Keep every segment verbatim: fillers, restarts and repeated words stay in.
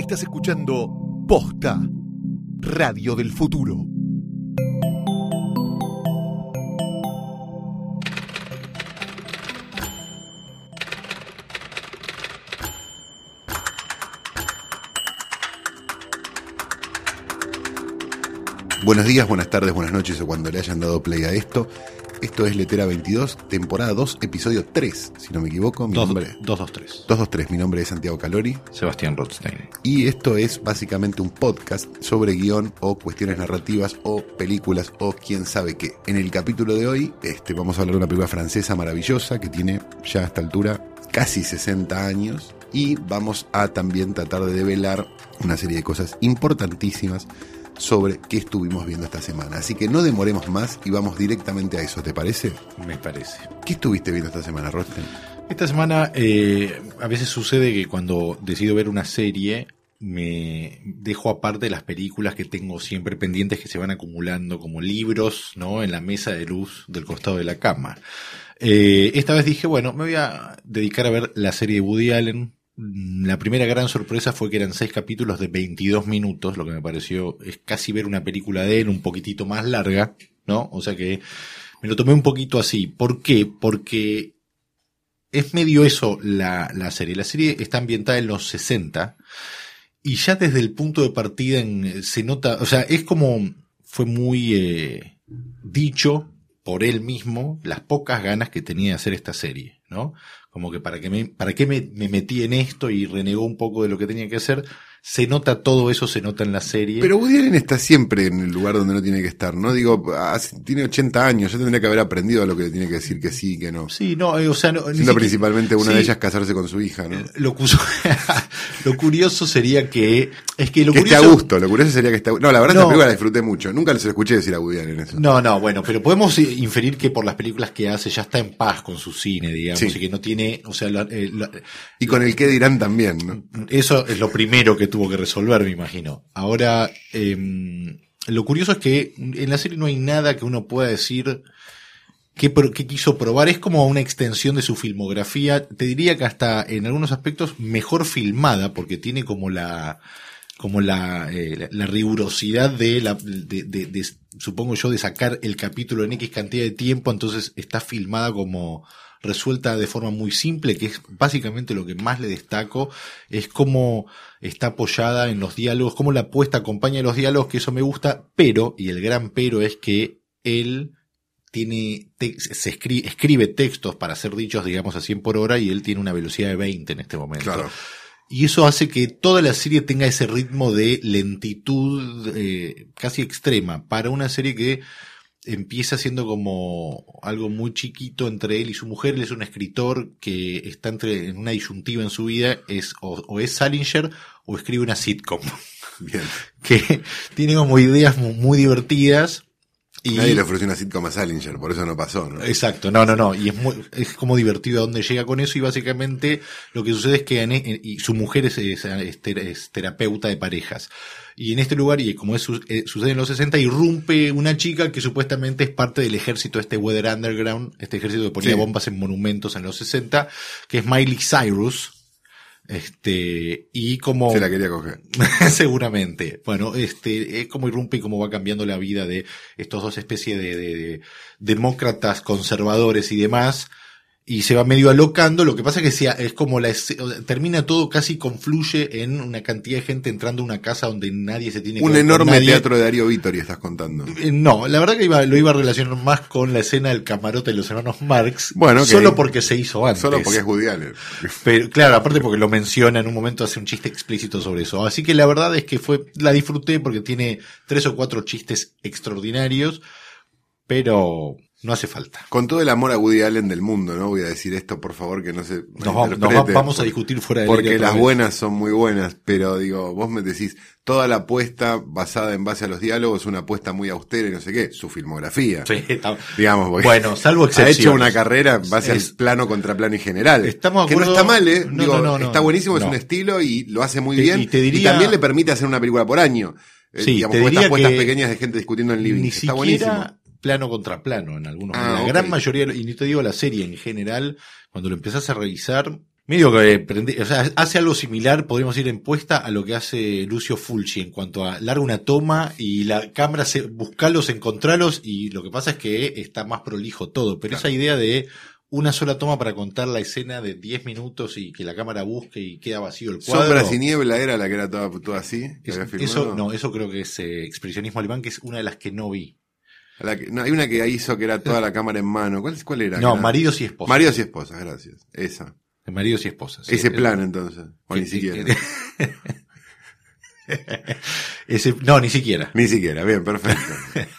Estás escuchando Posta, Radio del Futuro. Buenos días, buenas tardes, buenas noches o cuando le hayan dado play a esto. Esto es Letera veintidós, temporada dos, episodio tres, si no me equivoco. Mi dos, nombre dos dos tres. dos dos tres, mi nombre es Santiago Calori. Sebastián Rothstein. Y esto es básicamente un podcast sobre guión o cuestiones narrativas o películas o quién sabe qué. En el capítulo de hoy este, vamos a hablar de una película francesa maravillosa que tiene ya a esta altura casi sesenta años. Y vamos a también tratar de develar una serie de cosas importantísimas sobre qué estuvimos viendo esta semana. Así que no demoremos más y vamos directamente a eso, ¿te parece? Me parece. ¿Qué estuviste viendo esta semana, Rosten? Esta semana eh, a veces sucede que cuando decido ver una serie me dejo aparte las películas que tengo siempre pendientes que se van acumulando como libros, ¿no?, en la mesa de luz del costado de la cama. Eh, esta vez dije, bueno, me voy a dedicar a ver la serie de Woody Allen. La primera gran sorpresa fue que eran seis capítulos de veintidós minutos, lo que me pareció es casi ver una película de él un poquitito más larga, ¿no? O sea que me lo tomé un poquito así. ¿Por qué? Porque es medio eso la, la serie. La serie está ambientada en los sesenta y ya desde el punto de partida en, se nota, o sea, es como fue muy eh, dicho por él mismo las pocas ganas que tenía de hacer esta serie, ¿no? Como que para qué me, para qué me, me metí en esto y renegó un poco de lo que tenía que hacer. Se nota todo eso, se nota en la serie. Pero Woody Allen está siempre en el lugar donde no tiene que estar, ¿no? Digo, hace, tiene ochenta años, ya tendría que haber aprendido a lo que le tiene que decir que sí, que no. Sí, no, eh, o sea... No, siendo siquiera, principalmente una sí, de ellas casarse con su hija, ¿no? Lo, lo curioso sería que... Es que lo que curioso, esté a gusto, lo curioso sería que esté a gusto. No, la verdad no, esta película la disfruté mucho. Nunca se lo escuché decir a Woody Allen eso. No, no, bueno, pero podemos inferir que por las películas que hace ya está en paz con su cine, digamos, sí, y que no tiene... o sea, la, eh, la, Y con el qué dirán también, ¿no? Eso es lo primero que tuvo que resolver, me imagino. Ahora, eh, lo curioso es que en la serie no hay nada que uno pueda decir que, que quiso probar. Es como una extensión de su filmografía. Te diría que hasta en algunos aspectos mejor filmada, porque tiene como la como la, eh, la, la rigurosidad de, la, de, de, de, supongo yo, de sacar el capítulo en X cantidad de tiempo. Entonces está filmada como resuelta de forma muy simple, que es básicamente lo que más le destaco, es cómo está apoyada en los diálogos, cómo la puesta acompaña los diálogos, que eso me gusta, pero, y el gran pero es que él tiene, te, se escribe, escribe textos para ser dichos, digamos, a cien por hora, y él tiene una velocidad de veinte en este momento. Claro. Y eso hace que toda la serie tenga ese ritmo de lentitud eh, casi extrema, para una serie que empieza siendo como algo muy chiquito entre él y su mujer. Él es un escritor que está entre en una disyuntiva en su vida, es o, o es Salinger o escribe una sitcom. Bien. Que tiene como ideas muy, muy divertidas. Y nadie le ofreció una sitcom a Salinger, por eso no pasó, ¿no? Exacto, no, no, no, y es muy, es como divertido a dónde llega con eso, y básicamente lo que sucede es que en, en, y su mujer es, es, es, es terapeuta de parejas. Y en este lugar, y como es, eh, sucede en los sesenta, irrumpe una chica que supuestamente es parte del ejército, este Weather Underground, este ejército que ponía sí. bombas en monumentos en los sesenta, que es Miley Cyrus. Este, y como... Se la quería coger. Seguramente. Bueno, este, es como irrumpe y cómo va cambiando la vida de estos dos especies de, de, de demócratas conservadores y demás. Y se va medio alocando. Lo que pasa es que sea, es como la, termina todo, casi confluye en una cantidad de gente entrando a una casa donde nadie se tiene que un ver enorme con nadie. Teatro de Darío Vittori estás contando. Eh, no, la verdad que iba, lo iba a relacionar más con la escena del camarote de los hermanos Marx. Bueno, okay. Solo porque se hizo antes. Solo porque es Woody Allen. Pero, claro, aparte porque lo menciona en un momento, hace un chiste explícito sobre eso. Así que la verdad es que fue, la disfruté porque tiene tres o cuatro chistes extraordinarios, pero no hace falta. Con todo el amor a Woody Allen del mundo, ¿no? Voy a decir esto, por favor, que no se nos, vamos, nos vamos a discutir fuera de porque las buenas son muy buenas, pero digo, vos me decís, toda la apuesta basada en base a los diálogos, una apuesta muy austera y no sé qué, su filmografía. Sí, está, digamos, porque bueno, salvo excepciones. Ha hecho una carrera en base es, al plano contra plano y general. Estamos que no está mal, ¿eh? No, digo, no, no, no, está buenísimo, no. Es un estilo y lo hace muy te, bien. Y, te diría, y también le permite hacer una película por año. Sí, digamos, te diría estas apuestas que pequeñas de gente discutiendo en living. Ni Está siquiera buenísimo. Plano contra plano en algunos. Ah, la okay. gran mayoría, y no te digo la serie en general, cuando lo empezás a revisar, Medio que prende, o sea, hace algo similar, podríamos decir, en puesta a lo que hace Lucio Fulci en cuanto a larga una toma y la cámara se, buscalos, encontralos, y lo que pasa es que está más prolijo todo, pero claro. Esa idea de una sola toma para contar la escena de diez minutos y que la cámara busque y queda vacío el cuadro. Sombras y niebla era la que era toda, toda así. Es, eso, no, eso creo que es eh, expresionismo alemán, que es una de las que no vi. La que, no, hay una que hizo que era toda la cámara en mano. ¿Cuál, cuál era? No, era? Maridos y esposas. Maridos y esposas, gracias. Esa. De maridos y esposas. Ese sí, plan, el, entonces. O que, ni siquiera. Que, Ese, no, ni siquiera. Ni siquiera, bien, perfecto.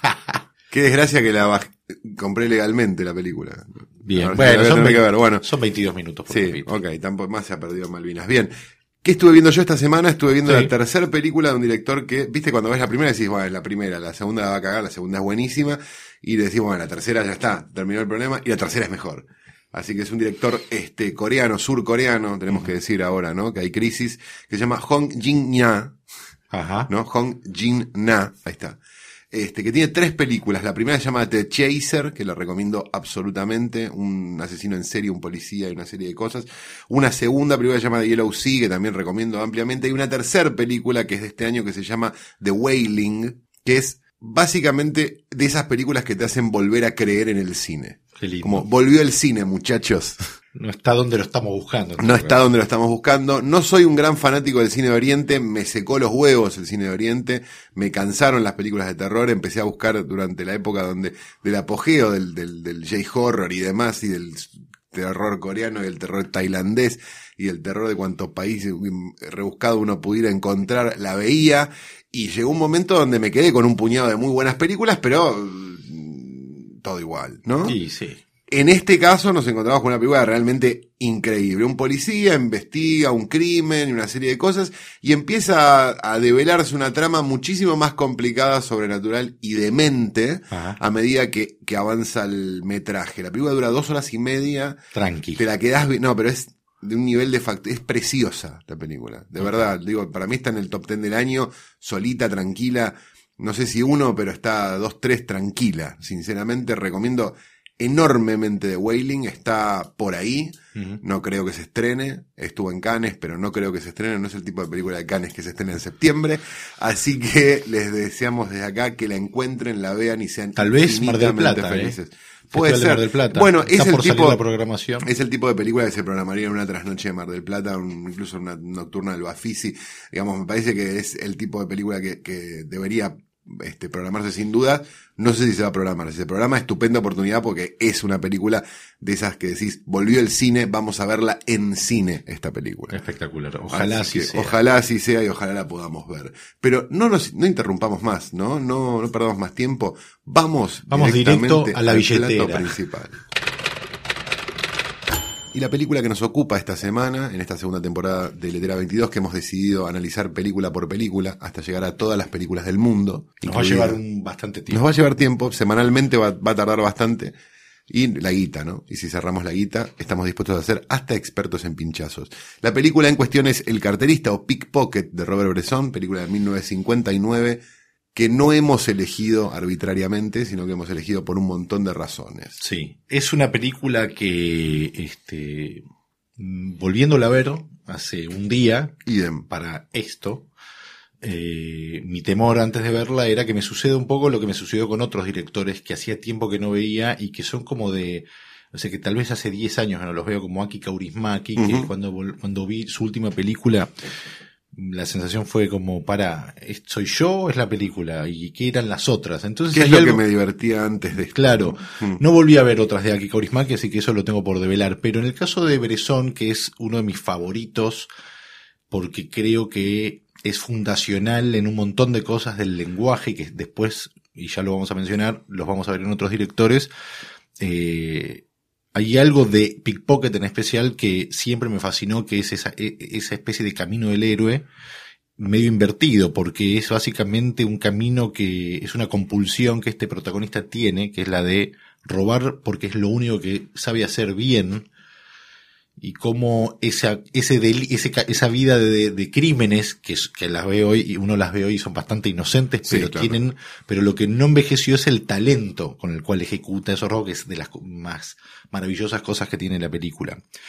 Qué desgracia que la baj- compré legalmente la película. Bien, bueno, son, son, que ver. bueno, son veintidós minutos por sí, capítulo. ok, tampoco más se ha perdido Malvinas. Bien. ¿Qué estuve viendo yo esta semana? Estuve viendo sí. la tercera película de un director que, viste, cuando ves la primera decís, bueno, la primera, la segunda la va a cagar, la segunda es buenísima, y decís, bueno, la tercera ya está, terminó el problema, y la tercera es mejor. Así que es un director este coreano, surcoreano, tenemos uh-huh. que decir ahora, ¿no? Que hay crisis, que se llama Hong Jin-na. Ajá. ¿No? Hong Jin-na, ahí está. Este, que tiene tres películas. La primera se llama The Chaser, que la recomiendo absolutamente. Un asesino en serie, un policía y una serie de cosas. Una segunda película se llama The Yellow Sea, que también recomiendo ampliamente. Y una tercera película que es de este año que se llama The Wailing, que es básicamente de esas películas que te hacen volver a creer en el cine. Qué lindo. Como volvió el cine, muchachos. No está donde lo estamos buscando. No está donde lo estamos buscando. No soy un gran fanático del cine de Oriente. Me secó los huevos el cine de Oriente. Me cansaron las películas de terror. Empecé a buscar durante la época donde del apogeo del, del, del J-horror y demás, y del terror coreano y el terror tailandés y el terror de cuantos países rebuscado uno pudiera encontrar, la veía. Y llegó un momento donde me quedé con un puñado de muy buenas películas, pero todo igual, ¿no? Sí, sí. En este caso nos encontramos con una película realmente increíble. Un policía investiga un crimen y una serie de cosas y empieza a, a develarse una trama muchísimo más complicada, sobrenatural y demente. Ajá. A medida que, que avanza el metraje. La película dura dos horas y media. Tranqui. Te la quedás... No, pero es de un nivel de fact... Es preciosa la película. De okay. verdad, digo, para mí está en el top ten del año, solita, tranquila. No sé si uno, pero está dos, tres, tranquila. Sinceramente recomiendo enormemente The Wailing, está por ahí, uh-huh. no creo que se estrene, estuvo en Cannes, pero no creo que se estrene, no es el tipo de película de Cannes que se estrena en septiembre, así que les deseamos desde acá que la encuentren, la vean y sean tal vez Mar del Plata, felices. ¿eh? Puede Festival ser. De Mar del Plata. Bueno, está es el por tipo la programación. Es el tipo de película que se programaría en una trasnoche de Mar del Plata, un, incluso una nocturna del Bafisi, digamos, me parece que es el tipo de película que, que debería este, programarse sin duda. No sé si se va a programar. Si se programa, estupenda oportunidad porque es una película de esas que decís, volvió el cine, vamos a verla en cine, esta película. Espectacular. Ojalá así sea. Ojalá así sea y ojalá la podamos ver. Pero no nos, no interrumpamos más, ¿no? No, no perdamos más tiempo. Vamos, vamos directo a la al billetera. Plato principal. Y la película que nos ocupa esta semana, en esta segunda temporada de Letera veintidós, que hemos decidido analizar película por película hasta llegar a todas las películas del mundo. Nos va a llevar un bastante tiempo. Nos va a llevar tiempo, semanalmente va, va a tardar bastante. Y la guita, ¿no? Y si cerramos la guita, estamos dispuestos a ser hasta expertos en pinchazos. La película en cuestión es El carterista o Pickpocket de Robert Bresson, película de mil novecientos cincuenta y nueve, que no hemos elegido arbitrariamente, sino que hemos elegido por un montón de razones. Sí, es una película que, este, volviéndola a ver hace un día, Idem. Para esto, eh, mi temor antes de verla era que me suceda un poco lo que me sucedió con otros directores que hacía tiempo que no veía y que son como de, o sea, que tal vez hace diez años que no los veo, como Aki Kaurismäki, uh-huh. que cuando, cuando vi su última película, la sensación fue como, para, ¿soy yo? ¿Es la película? ¿Y qué eran las otras? Entonces, ¿qué es lo algo que me divertía antes de esto? Claro, mm. no volví a ver otras de Aki Kaurismäki, así que eso lo tengo por develar. Pero en el caso de Bresson, que es uno de mis favoritos, porque creo que es fundacional en un montón de cosas del lenguaje, que después, y ya lo vamos a mencionar, los vamos a ver en otros directores, eh... hay algo de Pickpocket en especial que siempre me fascinó, que es esa, esa especie de camino del héroe medio invertido, porque es básicamente un camino que es una compulsión que este protagonista tiene, que es la de robar porque es lo único que sabe hacer bien, y cómo esa, ese, del, ese esa vida de, de crímenes, que, que las ve hoy, y uno las ve hoy y son bastante inocentes, sí, pero claro. tienen, pero lo que no envejeció es el talento con el cual ejecuta esos robos, que es de las más maravillosas cosas que tiene la película.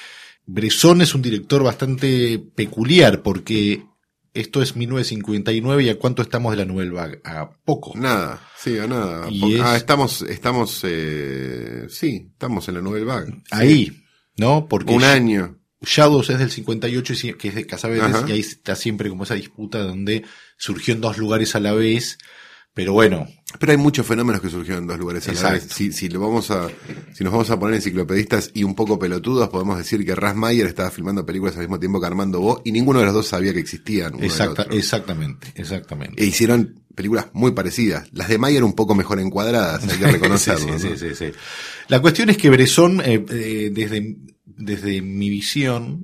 Bresson es un director bastante peculiar porque esto es mil novecientos cincuenta y nueve y ¿a cuánto estamos de la Nouvelle Vague? A poco. Nada, sí, a nada. Y es... Ah, estamos, estamos, eh, sí, estamos en la Nouvelle Vague. Ahí, sí. ¿no? Porque un año. Shadows es del cincuenta y ocho, que es de Cassavetes, Ajá. y ahí está siempre como esa disputa donde surgió en dos lugares a la vez, pero bueno. Pero hay muchos fenómenos que surgieron en dos lugares a Exacto. la vez. Si, si lo vamos a, si nos vamos a poner enciclopedistas y un poco pelotudos, podemos decir que Ras Mayer estaba filmando películas al mismo tiempo que Armando Bo, y ninguno de los dos sabía que existían uno Exacta, del otro. Exactamente, exactamente. E hicieron películas muy parecidas. Las de Mayer un poco mejor encuadradas, hay que reconocerlo. sí, sí, ¿no? sí, sí, sí. La cuestión es que Bresson, eh, eh, desde, desde mi visión,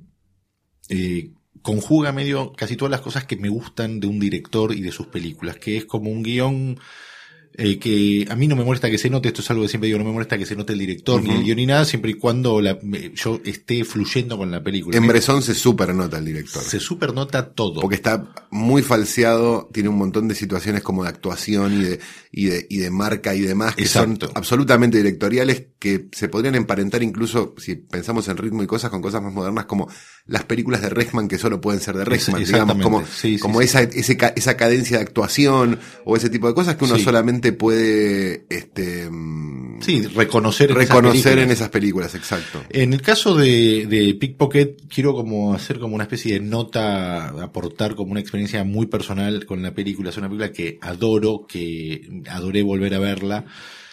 eh, conjuga medio casi todas las cosas que me gustan de un director y de sus películas, que es como un guión eh, que a mí no me molesta que se note, esto es algo que siempre digo, no me molesta que se note el director uh-huh. ni el guión ni nada, siempre y cuando la, me, yo esté fluyendo con la película. En Bresson se supernota el director. Se supernota todo. Porque está muy falseado, tiene un montón de situaciones como de actuación y de, y de, y de marca y demás, que Exacto. son absolutamente directoriales, que se podrían emparentar incluso, si pensamos en ritmo y cosas, con cosas más modernas como las películas de Reitman que solo pueden ser de Reitman, digamos, como, sí, sí, como sí, esa, sí. Ese, esa cadencia de actuación o ese tipo de cosas que uno sí. solamente puede, este, sí, reconocer, reconocer en, en esas películas, exacto. En el caso de, de Pickpocket, quiero como hacer como una especie de nota, aportar como una experiencia muy personal con la película. Es una película que adoro, que adoré volver a verla.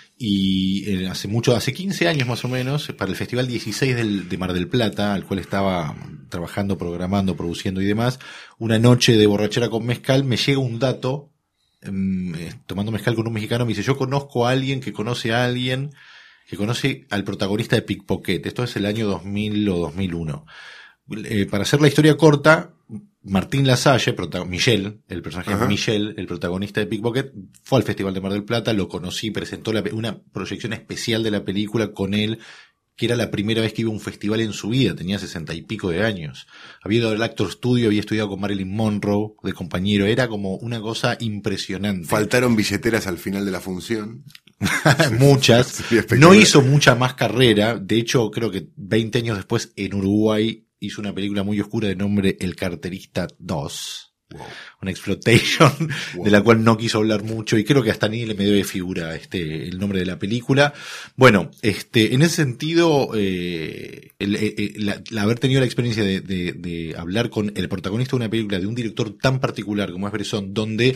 Y eh, hace mucho, hace quince años más o menos, para el Festival dieciséis del, de Mar del Plata, al cual estaba trabajando, programando, produciendo y demás, una noche de borrachera con mezcal, me llega un dato, eh, tomando mezcal con un mexicano, me dice, yo conozco a alguien que conoce a alguien que conoce al protagonista de Pickpocket. Esto es el año dos mil o dos mil uno. Eh, para hacer la historia corta, Martín Lasalle, prota- Michel, el personaje Ajá. Michel, el protagonista de Pickpocket, fue al Festival de Mar del Plata, lo conocí, presentó la, una proyección especial de la película con él, que era la primera vez que iba a un festival en su vida, tenía sesenta y pico de años. Había ido al Actor Studio, había estudiado con Marilyn Monroe de compañero, era como una cosa impresionante. Faltaron billeteras al final de la función. Muchas. Sí, no hizo mucha más carrera, de hecho creo que veinte años después en Uruguay hizo una película muy oscura de nombre El Carterista dos. Wow. Una exploitation wow. de la cual no quiso hablar mucho y creo que hasta ni le me debe figura este el nombre de la película. Bueno, este en ese sentido eh, el, el, la, el haber tenido la experiencia de, de, de hablar con el protagonista de una película de un director tan particular como es Bresson, donde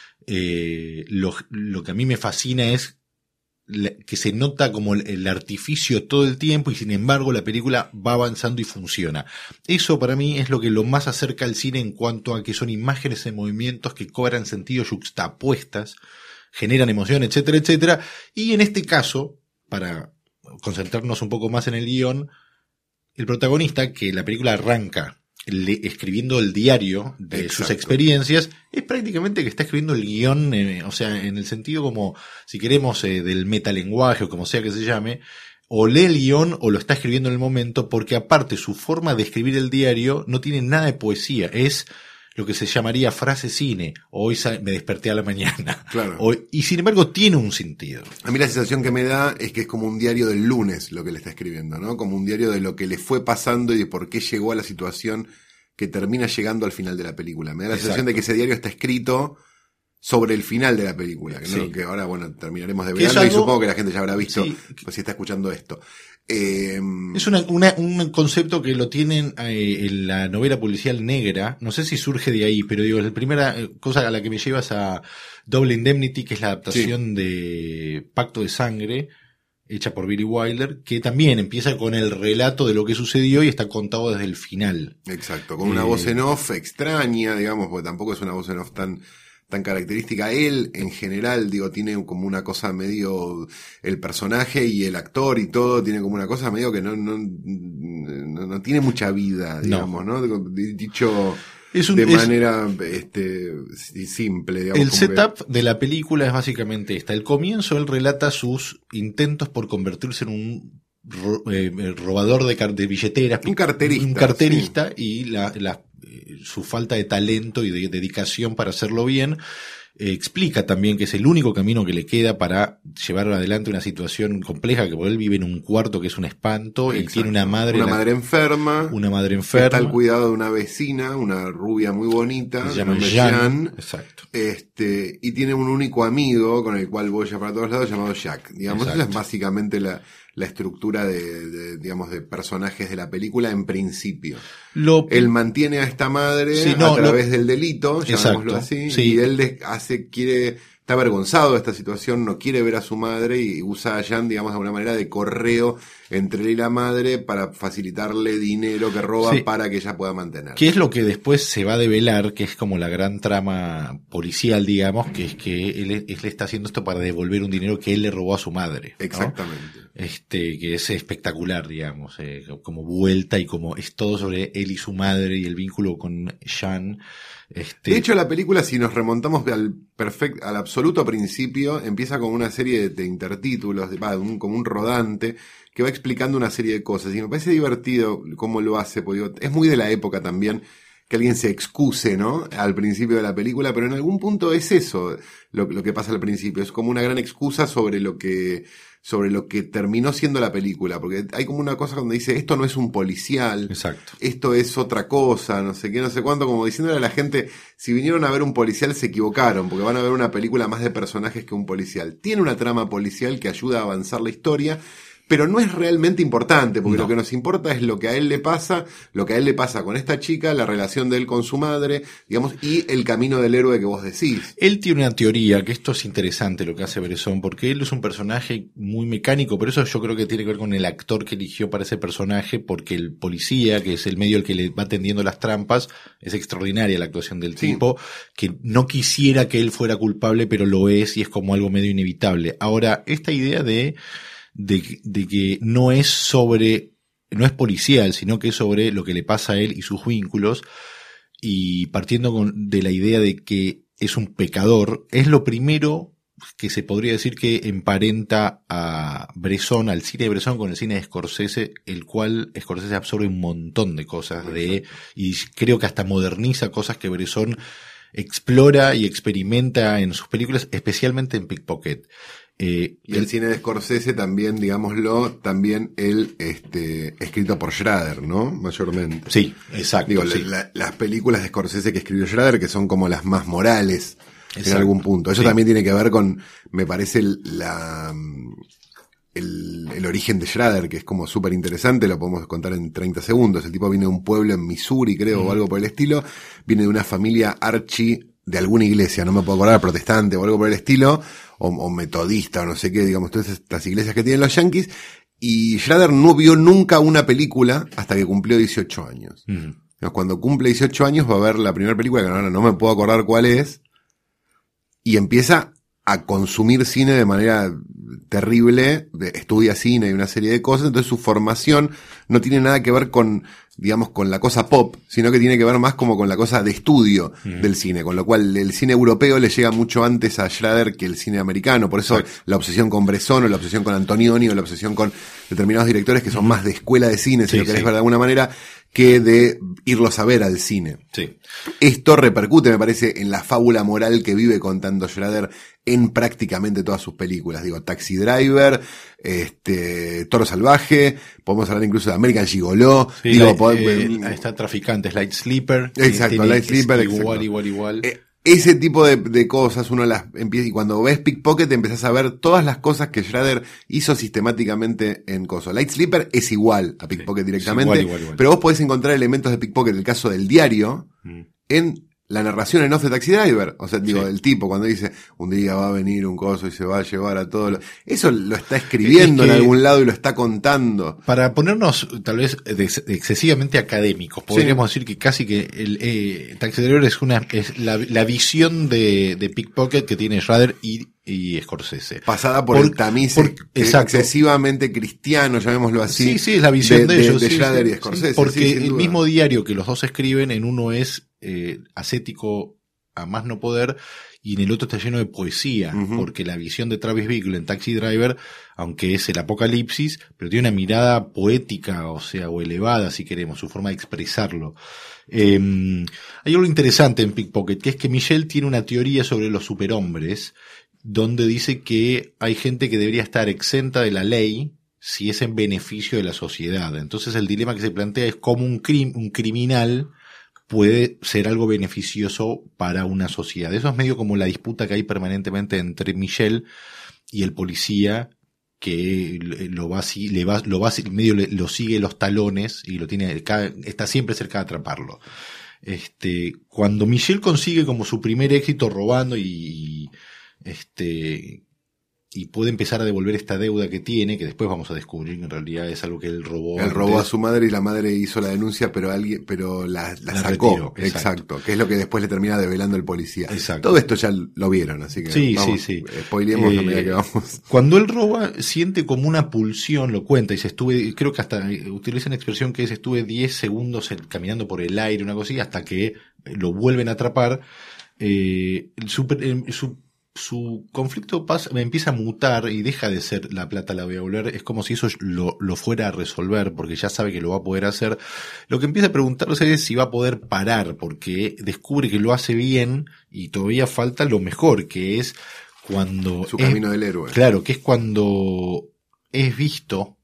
eh, lo, lo que a mí me fascina es que se nota como el, el artificio todo el tiempo y sin embargo la película va avanzando y funciona. Eso para mí es lo que lo más acerca al cine en cuanto a que son imágenes en movimientos que cobran sentido yuxtapuestas, generan emoción, etcétera, etcétera. Y en este caso, para concentrarnos un poco más en el guión, el protagonista, que la película arranca Le, escribiendo el diario de Exacto. sus experiencias, es prácticamente que está escribiendo el guión, eh, o sea, en el sentido como, si queremos, eh, del metalenguaje o como sea que se llame, o lee el guión o lo está escribiendo en el momento, porque aparte su forma de escribir el diario no tiene nada de poesía, es lo que se llamaría frase cine, hoy me desperté a la mañana, claro. o, y sin embargo tiene un sentido. A mí la sensación que me da es que es como un diario del lunes lo que le está escribiendo, ¿no? Como un diario de lo que le fue pasando y de por qué llegó a la situación que termina llegando al final de la película. Me da la Exacto. sensación de que ese diario está escrito sobre el final de la película, ¿no? Sí. Que ahora, bueno, terminaremos de verlo algo... y supongo que la gente ya habrá visto, sí. pues si está escuchando esto. Eh... Es una, una, un concepto que lo tienen eh, en la novela policial negra, no sé si surge de ahí, pero digo, es la primera cosa a la que me llevas a Double Indemnity, que es la adaptación sí. de Pacto de Sangre, hecha por Billy Wilder, que también empieza con el relato de lo que sucedió y está contado desde el final. Exacto, con una eh, voz en off extraña, digamos, porque tampoco es una voz en off tan... tan característica. Él, en general, digo, tiene como una cosa medio, el personaje y el actor y todo, tiene como una cosa medio que no, no, no, no tiene mucha vida, digamos, ¿no? ¿no? Dicho es un, de es, manera, este, simple, digamos. El setup que... de la película es básicamente esta. Al comienzo él relata sus intentos por convertirse en un ro, eh, robador de, car de billeteras. Un carterista. Un carterista sí. y la, la eh, su falta de talento y de dedicación para hacerlo bien. Eh, explica también que es el único camino que le queda para llevar adelante una situación compleja, que por él vive en un cuarto que es un espanto. Exacto. Y tiene una madre una la, madre enferma una madre enferma está al cuidado de una vecina, una rubia muy bonita, se llama Jean. Exacto. Este, y tiene un único amigo con el cual voy para todos lados llamado Jack, digamos. Exacto. Esa es básicamente la la estructura de, de, digamos, de personajes de la película en principio. Lo... Él mantiene a esta madre sí, no, a través lo... del delito, llamémoslo así, sí. Y él hace, quiere, está avergonzado de esta situación, no quiere ver a su madre y usa a Jan, digamos, de alguna manera de correo entre él y la madre para facilitarle dinero que roba sí. para que ella pueda mantener. Que es lo que después se va a develar, que es como la gran trama policial, digamos, que es que él, él le está haciendo esto para devolver un dinero que él le robó a su madre, ¿no? Exactamente. Este, que es espectacular, digamos, eh, como vuelta y como es todo sobre él y su madre y el vínculo con Jean. Este... De hecho, la película, si nos remontamos al perfecto, al absoluto principio, empieza con una serie de, de intertítulos, de, va, un, como un rodante, que va explicando una serie de cosas. Y me parece divertido cómo lo hace, porque digo, es muy de la época también, que alguien se excuse, ¿no? Al principio de la película, pero en algún punto es eso, lo, lo que pasa al principio. Es como una gran excusa sobre lo que, sobre lo que terminó siendo la película, porque hay como una cosa donde dice, esto no es un policial, exacto, esto es otra cosa, no sé qué, no sé cuánto, como diciéndole a la gente, si vinieron a ver un policial se equivocaron, porque van a ver una película más de personajes que un policial. Tiene una trama policial que ayuda a avanzar la historia, pero no es realmente importante, porque no. Lo que nos importa es lo que a él le pasa, lo que a él le pasa con esta chica, la relación de él con su madre, digamos, y el camino del héroe que vos decís. Él tiene una teoría, que esto es interesante lo que hace Bresson, porque él es un personaje muy mecánico, pero eso yo creo que tiene que ver con el actor que eligió para ese personaje, porque el policía, que es el medio al que le va tendiendo las trampas, es extraordinaria la actuación del sí. tipo, que no quisiera que él fuera culpable, pero lo es y es como algo medio inevitable. Ahora, esta idea de De, de que no es sobre, no es policial, sino que es sobre lo que le pasa a él y sus vínculos, y partiendo con, de la idea de que es un pecador, es lo primero que se podría decir que emparenta a Bresson, al cine de Bresson, con el cine de Scorsese, el cual Scorsese absorbe un montón de cosas de, y creo que hasta moderniza cosas que Bresson explora y experimenta en sus películas, especialmente en Pickpocket. Eh, y el, el cine de Scorsese también, digámoslo, también el este escrito por Schrader, ¿no? Mayormente. Sí, exacto. Digo, sí. La, la, las películas de Scorsese que escribió Schrader, que son como las más morales, exacto, en algún punto. Eso sí. También tiene que ver con, me parece, la el, el origen de Schrader, que es como súper interesante, lo podemos contar en treinta segundos. El tipo viene de un pueblo en Missouri, creo, mm. o algo por el estilo. Viene de una familia archi de alguna iglesia, no me puedo acordar, protestante o algo por el estilo, o, o metodista o no sé qué, digamos, todas estas iglesias que tienen los yanquis, y Schrader no vio nunca una película hasta que cumplió dieciocho años. Mm. Cuando cumple dieciocho años va a ver la primera película, que no, no me puedo acordar cuál es, y empieza a consumir cine de manera terrible, de, estudia cine y una serie de cosas, entonces su formación no tiene nada que ver con, digamos, con la cosa pop, sino que tiene que ver más como con la cosa de estudio mm. del cine, con lo cual el cine europeo le llega mucho antes a Schrader que el cine americano, por eso exacto, la obsesión con Bresson o la obsesión con Antonioni o la obsesión con determinados directores que son mm. más de escuela de cine, si sí, lo querés sí. ver de alguna manera, que de irlos a ver al cine. Sí. Esto repercute, me parece, en la fábula moral que vive contando Schrader en prácticamente todas sus películas. Digo, Taxi Driver, este, Toro Salvaje, podemos hablar incluso de American Gigolo. Sí, digo, Light, pod- eh, está Traficantes, Light Sleeper. Exacto, Light Sleeper. Igual, exacto. igual, igual. Eh, Ese tipo de, de cosas uno las empieza, y cuando ves Pickpocket empezás a ver todas las cosas que Schrader hizo sistemáticamente en Coso. Light Sleeper es igual a Pickpocket sí, directamente, igual, igual, igual. Pero vos podés encontrar elementos de Pickpocket, el caso del diario, mm. en la narración en off de Taxi Driver. O sea, digo, sí. el tipo cuando dice, un día va a venir un coso y se va a llevar a todo lo... Eso lo está escribiendo es que, en algún lado y lo está contando. Para ponernos, tal vez, excesivamente académicos, podríamos sí. decir que casi que el eh, Taxi Driver es una es la, la visión de, de Pickpocket que tiene Schrader y y Scorsese. Pasada por, por el tamiz por, excesivamente cristiano, llamémoslo así. Sí, sí, es la visión de, de ellos. De sí, Schrader sí, y Scorsese. Sí, porque sí, el mismo diario que los dos escriben, en uno es eh, ascético a más no poder, y en el otro está lleno de poesía, uh-huh. porque la visión de Travis Bickle en Taxi Driver, aunque es el apocalipsis, pero tiene una mirada poética, o sea, o elevada, si queremos, su forma de expresarlo. Eh, hay algo interesante en Pickpocket, que es que Michelle tiene una teoría sobre los superhombres, donde dice que hay gente que debería estar exenta de la ley si es en beneficio de la sociedad. Entonces el dilema que se plantea es cómo un, crim- un criminal puede ser algo beneficioso para una sociedad. Eso es medio como la disputa que hay permanentemente entre Michelle y el policía, que lo va, le va, lo va, medio lo sigue los talones y lo tiene, está siempre cerca de atraparlo. Este, cuando Michelle consigue como su primer éxito robando y, este, y puede empezar a devolver esta deuda que tiene, que después vamos a descubrir que en realidad es algo que él robó. Él robó a su madre y la madre hizo la denuncia, pero alguien, pero la, la, la sacó. Retiró, exacto. exacto. Que es lo que después le termina develando el policía. Exacto. Todo esto ya lo vieron, así que sí, vamos, sí, sí. spoileemos eh, a medida que vamos. Cuando él roba, siente como una pulsión, lo cuenta, y se estuve, creo que hasta utiliza una expresión que es estuve diez segundos caminando por el aire, una cosa así, hasta que lo vuelven a atrapar. Eh, el super, el, su su conflicto pasa, empieza a mutar y deja de ser la plata la voy a volver, es como si eso lo, lo fuera a resolver, porque ya sabe que lo va a poder hacer. Lo que empieza a preguntarse es si va a poder parar, porque descubre que lo hace bien y todavía falta lo mejor, que es cuando... Su es, camino del héroe. Claro, que es cuando es visto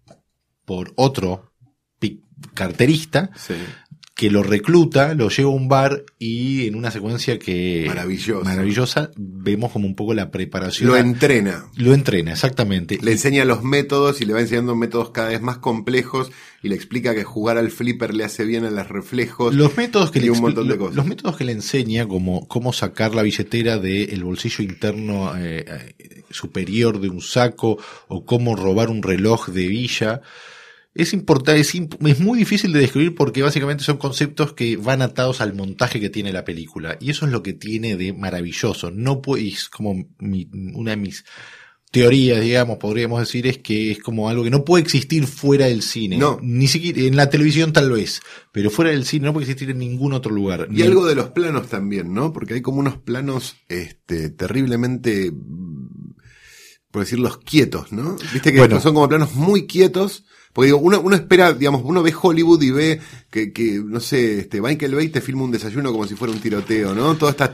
por otro carterista, sí. que lo recluta, lo lleva a un bar y en una secuencia que maravillosa, maravillosa vemos como un poco la preparación. Lo entrena. Lo entrena, exactamente. Le enseña los métodos y le va enseñando métodos cada vez más complejos y le explica que jugar al flipper le hace bien a los reflejos. Los métodos que y le un montón de lo, cosas. Los métodos que le enseña, como cómo sacar la billetera del bolsillo interno eh, eh, superior de un saco o cómo robar un reloj de villa. Es importante, es, imp- es muy difícil de describir porque básicamente son conceptos que van atados al montaje que tiene la película. Y eso es lo que tiene de maravilloso. No puede, es como mi, una de mis teorías, digamos, podríamos decir, es que es como algo que no puede existir fuera del cine. No. Ni siquiera, en la televisión tal vez, pero fuera del cine no puede existir en ningún otro lugar. Y Ni algo el... de los planos también, ¿no? Porque hay como unos planos, este, terriblemente, por decirlos, quietos, ¿no? Viste que bueno, son como planos muy quietos. Porque digo, uno, uno espera, digamos, uno ve Hollywood y ve que, que no sé, este, Michael Bay te filma un desayuno como si fuera un tiroteo, ¿no? Todo está...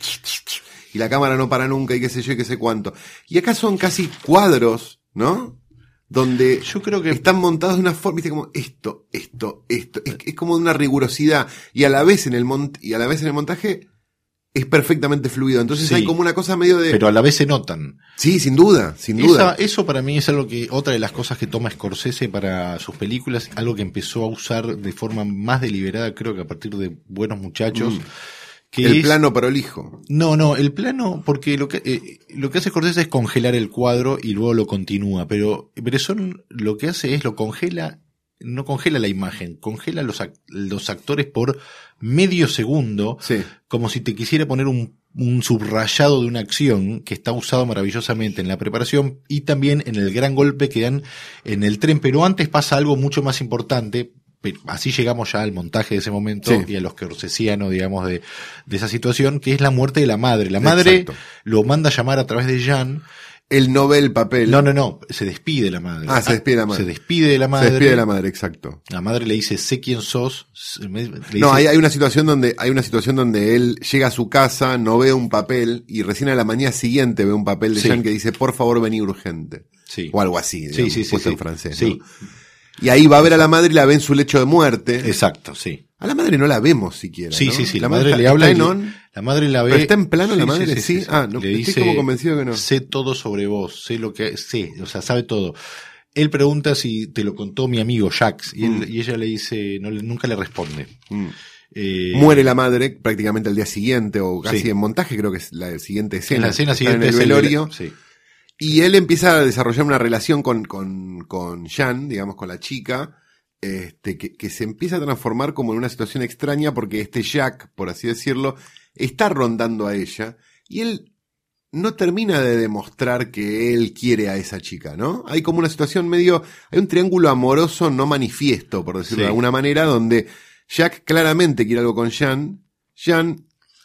y la cámara no para nunca y qué sé yo y qué sé cuánto. Y acá son casi cuadros, ¿no? Donde yo creo que están montados de una forma, viste, como esto, esto, esto. Es, es como de una rigurosidad. Y a la vez en el mont- y a la vez en el montaje es perfectamente fluido. Entonces sí, hay como una cosa medio de... pero a la vez se notan. Sí, sin duda, sin duda. Esa, eso para mí es algo que, otra de las cosas que toma Scorsese para sus películas, algo que empezó a usar de forma más deliberada, creo que a partir de Buenos Muchachos. Mm. Que el es, plano prolijo. No, no, el plano, porque lo que, eh, lo que hace Scorsese es congelar el cuadro y luego lo continúa, pero Bresson lo que hace es lo congela, no congela la imagen, congela los, los actores por medio segundo, sí. como si te quisiera poner un, un subrayado de una acción que está usado maravillosamente en la preparación y también en el gran golpe que dan en el tren, pero antes pasa algo mucho más importante. Pero así llegamos ya al montaje de ese momento sí. y a los scorsesianos, digamos, de, de esa situación, que es la muerte de la madre. La madre Exacto. lo manda a llamar a través de Jean. Él no ve el papel. No, no, no, se despide la madre. Ah, se despide la madre. Se despide de la madre. Se despide de la madre, exacto. La madre le dice, sé quién sos. Le dice, no, hay, hay una situación donde, hay una situación donde él llega a su casa, no ve un papel, y recién a la mañana siguiente ve un papel de sí. Jean que dice, por favor, vení urgente. Sí. O algo así, digamos, sí, sí, sí, puesto sí. en francés. Sí. ¿no? Y ahí va a ver a la madre y la ve en su lecho de muerte. Exacto, sí. A la madre no la vemos siquiera. Sí, ¿no? sí, sí. La, la madre, madre está, le habla. Está en on, la madre la ve. Pero está en plano sí, la madre, sí. sí, sí, sí. Ah, no, le estoy dice, como convencido que no. Sé todo sobre vos, sé lo que, sé, o sea, sabe todo. Él pregunta si te lo contó mi amigo Jacques, y, él, mm. y ella le dice, no, nunca le responde. Mm. Eh, Muere la madre prácticamente al día siguiente, o casi sí. en montaje, creo que es la siguiente escena. En la escena siguiente en el velorio. El, sí. Y él empieza a desarrollar una relación con, con, con Jean, digamos, con la chica, este, que, que se empieza a transformar como en una situación extraña porque este Jack, por así decirlo, está rondando a ella y él no termina de demostrar que él quiere a esa chica, ¿no? Hay como una situación medio, hay un triángulo amoroso no manifiesto, por decirlo sí. de alguna manera, donde Jack claramente quiere algo con Jean, Jean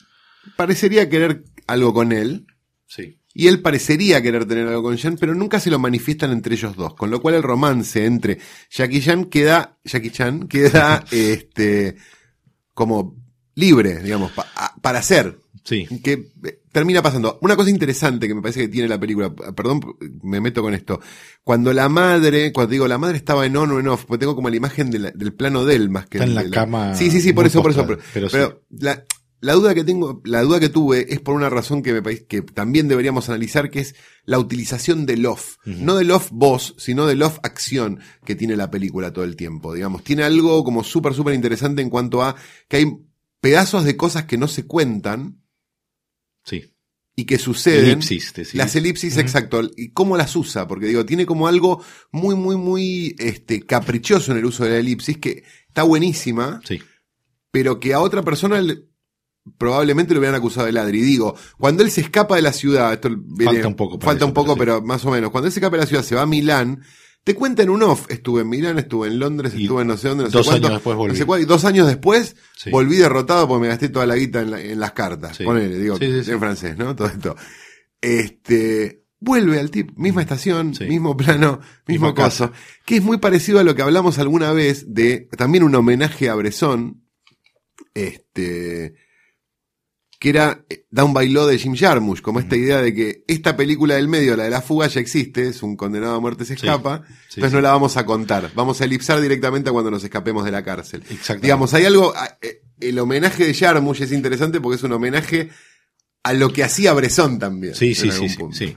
parecería querer algo con él. Sí. Y él parecería querer tener algo con Jan, pero nunca se lo manifiestan entre ellos dos. Con lo cual el romance entre Jackie Chan queda, Jackie Chan queda, este, como libre, digamos, pa, a, para hacer. Sí. Que eh, termina pasando. Una cosa interesante que me parece que tiene la película, perdón, me meto con esto. Cuando la madre, cuando digo la madre estaba en on o en off, porque tengo como la imagen de la, del plano de él más que está en la, de la cama. Sí, sí, sí, por eso, postrado, por eso. Pero, pero pero sí. la, la duda que tengo, la duda que tuve es por una razón que me parece que también deberíamos analizar, que es la utilización del off. Uh-huh. No del off voz, sino del off acción que tiene la película todo el tiempo, digamos. Tiene algo como súper, súper interesante en cuanto a que hay pedazos de cosas que no se cuentan. Sí. Y que suceden. Elipsis, decís. Las elipsis, uh-huh. exacto. Y cómo las usa, porque digo, tiene como algo muy, muy, muy, este, caprichoso en el uso de la elipsis, que está buenísima. Sí. Pero que a otra persona le, probablemente lo hubieran acusado de ladri. Y digo, cuando él se escapa de la ciudad, esto viene, falta un poco. Falta eso, un poco, pero, pero, sí. pero más o menos. Cuando él se escapa de la ciudad, se va a Milán, te cuenta en un off, estuve en Milán, estuve en Londres, y estuve en no sé dónde, no dos sé cuánto. Años después volví. No sé cuánto, y dos años después sí. volví derrotado porque me gasté toda la guita en, la, en las cartas. Sí. Ponele, digo, sí, sí, en sí. francés, ¿no? Todo esto. Este, vuelve al tipo, misma estación, sí. mismo plano, mismo Misma caso, casa. que es muy parecido a lo que hablamos alguna vez de, también un homenaje a Bresson, este, que era Down by Law de Jim Jarmusch, como esta idea de que esta película del medio, la de la fuga, ya existe, es un condenado a muerte se escapa, sí, sí, entonces sí. no la vamos a contar, vamos a elipsar directamente a cuando nos escapemos de la cárcel. Exactamente. Digamos, hay algo, el homenaje de Jarmusch es interesante porque es un homenaje a lo que hacía Bresson también. Sí, sí, sí, sí, sí.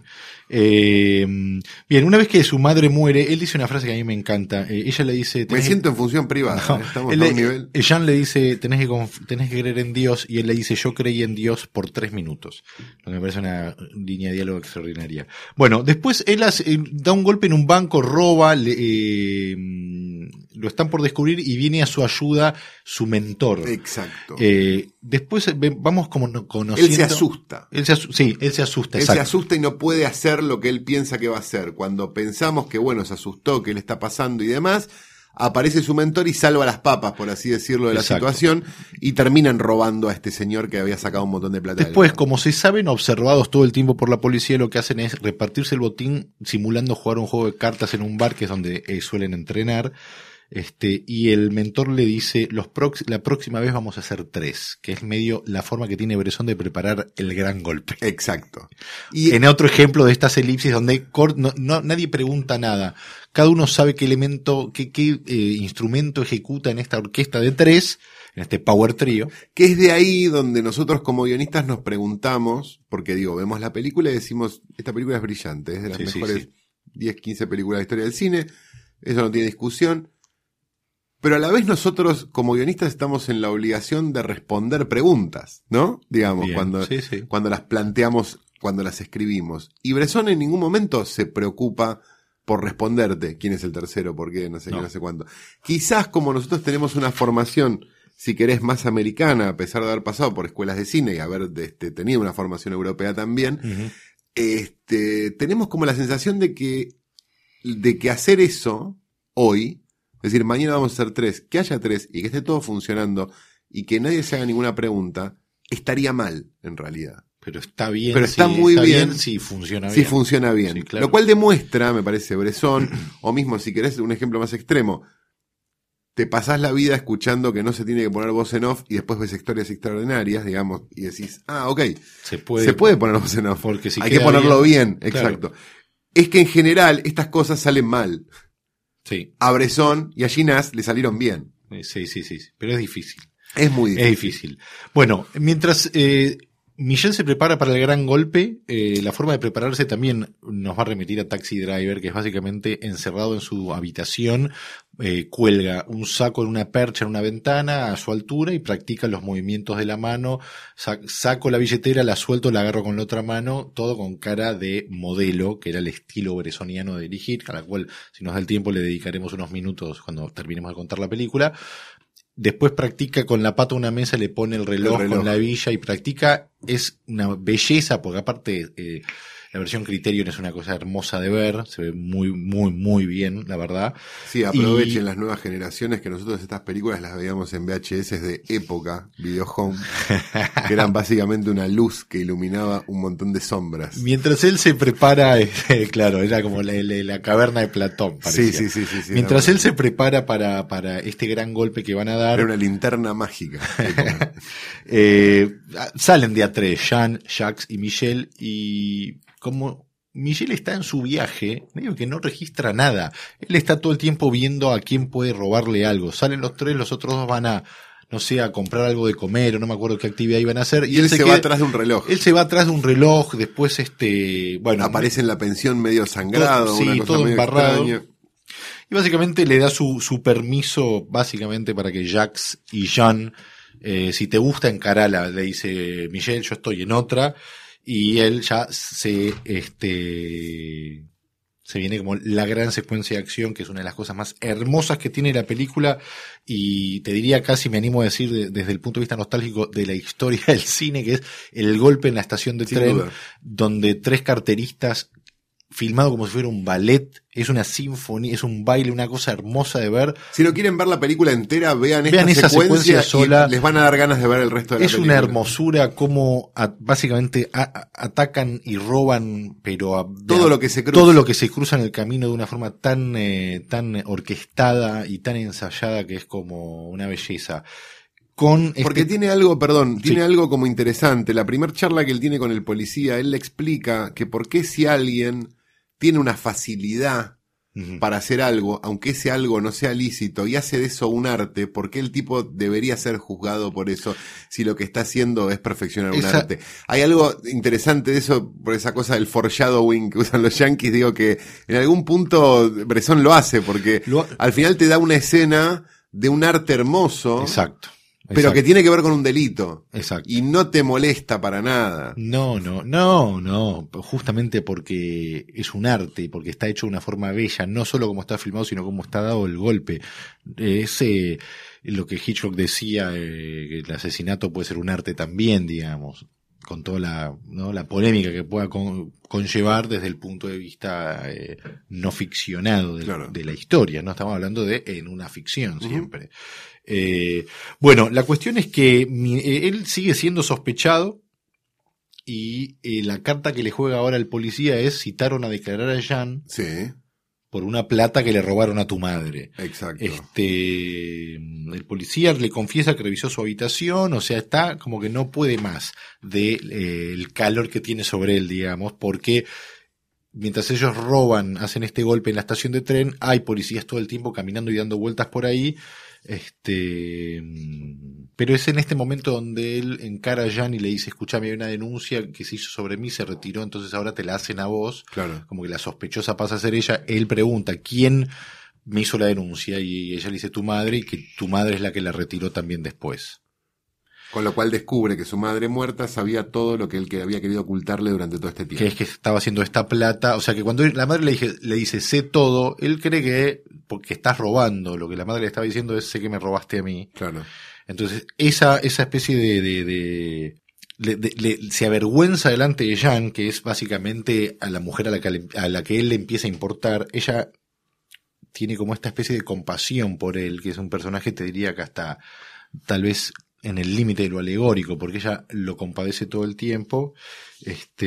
Eh, bien, una vez que su madre muere, él dice una frase que a mí me encanta. Eh, ella le dice... Me siento en función privada. No, ¿eh? Estamos él, a un nivel. Jean le dice, tenés que, conf... tenés que creer en Dios, y él le dice, yo creí en Dios por tres minutos. Lo que me parece una línea de diálogo extraordinaria. Bueno, después él hace, eh, da un golpe en un banco, roba, le, eh, lo están por descubrir y viene a su ayuda su mentor. Exacto. Eh, después vamos como conociendo... Él se asusta. Él se asu... Sí, él se asusta. Él exacto. se asusta y no puede hacer lo que él piensa que va a hacer. Cuando pensamos que, bueno, se asustó, que le está pasando y demás, aparece su mentor y salva las papas, por así decirlo, de la exacto. situación, y terminan robando a este señor que había sacado un montón de plata. Después, como se saben observados todo el tiempo por la policía, lo que hacen es repartirse el botín simulando jugar un juego de cartas en un bar, que es donde eh, suelen entrenar. Este, y el mentor le dice, los prox- la próxima vez vamos a hacer tres, que es medio la forma que tiene Bresson de preparar el gran golpe. Exacto. Y en otro ejemplo de estas elipsis donde cor- no, no, nadie pregunta nada, cada uno sabe qué elemento, qué, qué eh, instrumento ejecuta en esta orquesta de tres, en este power trio. que es de ahí donde nosotros como guionistas nos preguntamos, porque digo, vemos la película y decimos, esta película es brillante, es de las Sí, sí, mejores sí. diez, quince películas de la historia del cine, eso no tiene discusión. Pero a la vez nosotros, como guionistas, estamos en la obligación de responder preguntas, ¿no? Digamos, Bien, cuando, sí, sí. cuando las planteamos, cuando las escribimos. Y Bresson en ningún momento se preocupa por responderte quién es el tercero, por qué, no sé No. qué, no sé cuánto. Quizás como nosotros tenemos una formación, si querés, más americana, a pesar de haber pasado por escuelas de cine y haber este, tenido una formación europea también, Uh-huh. este, tenemos como la sensación de que, de que hacer eso hoy, es decir, mañana vamos a hacer tres, que haya tres y que esté todo funcionando y que nadie se haga ninguna pregunta, estaría mal, en realidad. Pero está bien. Pero está si, muy está bien si funciona bien. Si funciona bien. Sí, claro. Lo cual demuestra, me parece, Bresson, o mismo si querés un ejemplo más extremo, te pasás la vida escuchando que no se tiene que poner voz en off y después ves historias extraordinarias, digamos, y decís, ah, ok, Se puede, se puede poner voz en off. porque si hay que queda ponerlo bien, bien, exacto. Es que en general estas cosas salen mal. Sí, A Bresson y a Ginás le salieron bien. sí, sí, sí, pero es difícil. Es muy difícil. Es difícil. Bueno, mientras eh, Michel se prepara para el gran golpe, eh, la forma de prepararse también nos va a remitir a Taxi Driver, que es básicamente encerrado en su habitación, eh, cuelga un saco en una percha en una ventana a su altura y practica los movimientos de la mano, Sa- saco la billetera, la suelto, la agarro con la otra mano, todo con cara de modelo, que era el estilo bresoniano de dirigir, a la cual, si nos da el tiempo, le dedicaremos unos minutos cuando terminemos de contar la película. Después practica con la pata una mesa, le pone el reloj, El reloj. con la hebilla y practica. Es una belleza, porque aparte eh, La versión Criterion es una cosa hermosa de ver, se ve muy, muy, muy bien, la verdad. Sí, aprovechen y... las nuevas generaciones, que nosotros estas películas las veíamos en V H S de época, Video Home, que eran básicamente una luz que iluminaba un montón de sombras. Mientras él se prepara, eh, claro, era como la, la, la caverna de Platón, parecía. Sí, sí, sí, sí, sí. Mientras él se prepara para, para este gran golpe que van a dar. Era una linterna mágica. eh, salen de a tres, Jean, Jacques y Michelle, y como Michelle está en su viaje, medio que no registra nada. Él está todo el tiempo viendo a quién puede robarle algo. Salen los tres, los otros dos van a, no sé, a comprar algo de comer, o no me acuerdo qué actividad iban a hacer. Y, y él, él se, se va atrás de un reloj. Él se va atrás de un reloj, después este, bueno. Aparece en la pensión medio sangrado, todo, sí, una cosa todo medio embarrado. Extraña. Y básicamente le da su, su permiso, básicamente, para que Jacques y Jean, eh, si te gusta encarala, le dice Michelle, yo estoy en otra. Y él ya se, este, se viene como la gran secuencia de acción, que es una de las cosas más hermosas que tiene la película, y te diría, casi me animo a decir, de, desde el punto de vista nostálgico, de la historia del cine, que es el golpe en la estación de Sin tren, duda. donde tres carteristas, filmado como si fuera un ballet, es una sinfonía, es un baile, una cosa hermosa de ver. Si no quieren ver la película entera, vean, vean esta esa secuencia, secuencia sola. Y les van a dar ganas de ver el resto de la es película. Es una hermosura como a, básicamente a, a, atacan y roban, pero a, todo a, lo que se cruza. todo lo que se cruza en el camino de una forma tan eh, tan orquestada y tan ensayada que es como una belleza. Con Porque este... tiene algo, perdón, tiene sí. algo como interesante. La primera charla que él tiene con el policía, él le explica que por qué si alguien tiene una facilidad uh-huh. para hacer algo, aunque ese algo no sea lícito, y hace de eso un arte, ¿por qué el tipo debería ser juzgado por eso si lo que está haciendo es perfeccionar un esa... arte? Hay algo interesante de eso, por esa cosa del foreshadowing que usan los yankees, digo que en algún punto Bresson lo hace, porque lo... al final te da una escena de un arte hermoso. Exacto. Pero Exacto. que tiene que ver con un delito. Exacto. Y no te molesta para nada. No, no, no, no. Justamente porque es un arte, porque está hecho de una forma bella, no solo como está filmado, sino como está dado el golpe. Es eh, lo que Hitchcock decía, eh, que el asesinato puede ser un arte también, digamos, con toda la, ¿no? la polémica que pueda con, conllevar desde el punto de vista eh, no ficcionado de, claro. de la historia. No estamos hablando de en una ficción siempre. Uh-huh. Eh, bueno, la cuestión es que mi, eh, él sigue siendo sospechado y eh, la carta que le juega ahora el policía es: citaron a declarar a Jean sí. por una plata que le robaron a tu madre. Exacto. Este, el policía le confiesa que revisó su habitación, o sea, está como que no puede más de eh, el calor que tiene sobre él, digamos, porque mientras ellos roban, hacen este golpe en la estación de tren, hay policías todo el tiempo caminando y dando vueltas por ahí. Este, pero es en este momento donde él encara a Jan y le dice: escúchame, hay una denuncia que se hizo sobre mí, se retiró, entonces ahora te la hacen a vos. Claro. Como que la sospechosa pasa a ser ella. Él pregunta: ¿quién me hizo la denuncia? Y ella le dice: tu madre, y que tu madre es la que la retiró también después. Con lo cual descubre que su madre muerta sabía todo lo que él que había querido ocultarle durante todo este tiempo. Que es que estaba haciendo esta plata. O sea que cuando la madre le, dije, le dice sé todo, él cree que porque estás robando. Lo que la madre le estaba diciendo es: sé que me robaste a mí. Claro. Entonces esa esa especie de... de, de Le, de, le, se avergüenza delante de Jean, que es básicamente a la mujer a la, que, a la que él le empieza a importar. Ella tiene como esta especie de compasión por él, que es un personaje, te diría que hasta tal vez en el límite de lo alegórico, porque ella lo compadece todo el tiempo, este,